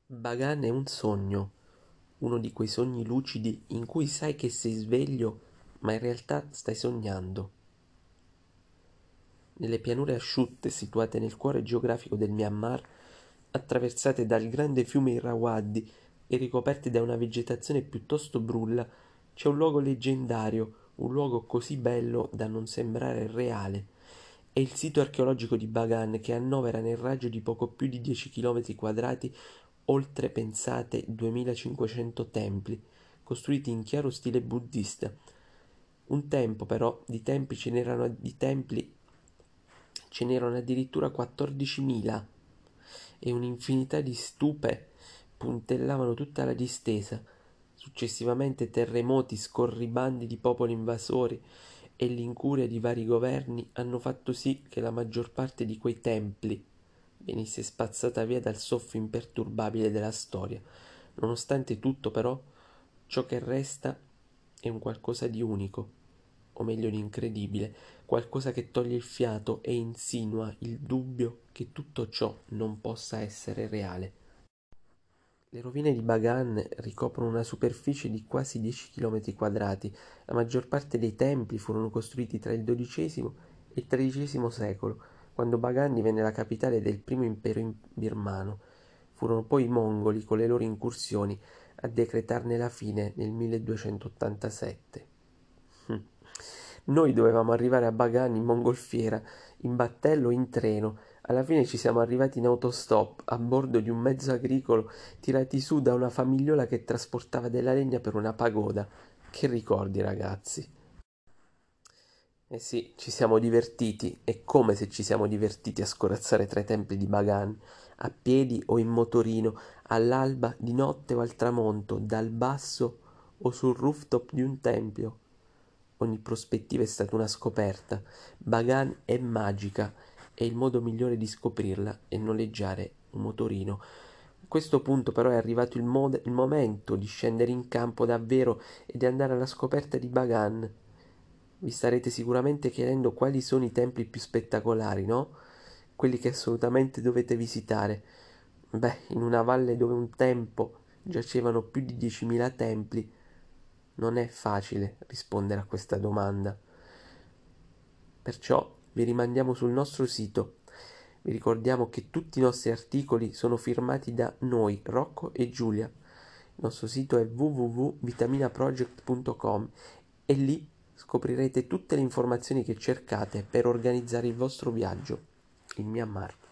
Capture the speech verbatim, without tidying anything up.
Bagan è un sogno, uno di quei sogni lucidi in cui sai che sei sveglio, ma in realtà stai sognando. Nelle pianure asciutte situate nel cuore geografico del Myanmar, attraversate dal grande fiume Irrawaddy e ricoperte da una vegetazione piuttosto brulla, c'è un luogo leggendario, un luogo così bello da non sembrare reale. È il sito archeologico di Bagan che annovera nel raggio di poco più di dieci chilometri quadrati oltre pensate duemilacinquecento templi, costruiti in chiaro stile buddista. Un tempo però di templi ce n'erano di templi ce n'erano addirittura quattordicimila e un'infinità di stupe puntellavano tutta la distesa. Successivamente terremoti, scorribandi di popoli invasori e l'incuria di vari governi hanno fatto sì che la maggior parte di quei templi venisse spazzata via dal soffio imperturbabile della storia. Nonostante tutto, però, ciò che resta è un qualcosa di unico, o meglio di incredibile, qualcosa che toglie il fiato e insinua il dubbio che tutto ciò non possa essere reale. Le rovine di Bagan ricoprono una superficie di quasi dieci chilometri quadrati. La maggior parte dei templi furono costruiti tra il dodicesimo e il tredicesimo secolo, quando Bagan divenne la capitale del primo impero birmano. Furono poi i mongoli, con le loro incursioni, a decretarne la fine nel milleduecentottantasette. Hm. Noi dovevamo arrivare a Bagan in mongolfiera, in battello o in treno. Alla fine ci siamo arrivati in autostop, a bordo di un mezzo agricolo, tirati su da una famigliola che trasportava della legna per una pagoda. Che ricordi, ragazzi? Eh sì, ci siamo divertiti, è come se ci siamo divertiti a scorazzare tra i templi di Bagan, a piedi o in motorino, all'alba, di notte o al tramonto, dal basso o sul rooftop di un tempio. Ogni prospettiva è stata una scoperta. Bagan è magica e il modo migliore di scoprirla è noleggiare un motorino. A questo punto però è arrivato il, mod- il momento di scendere in campo davvero e di andare alla scoperta di Bagan. Vi starete sicuramente chiedendo quali sono i templi più spettacolari, no? Quelli che assolutamente dovete visitare. Beh, in una valle dove un tempo giacevano più di diecimila templi, non è facile rispondere a questa domanda. Perciò vi rimandiamo sul nostro sito. Vi ricordiamo che tutti i nostri articoli sono firmati da noi, Rocco e Giulia. Il nostro sito è w w w punto vitaminaproject punto com e lì scoprirete tutte le informazioni che cercate per organizzare il vostro viaggio in Myanmar.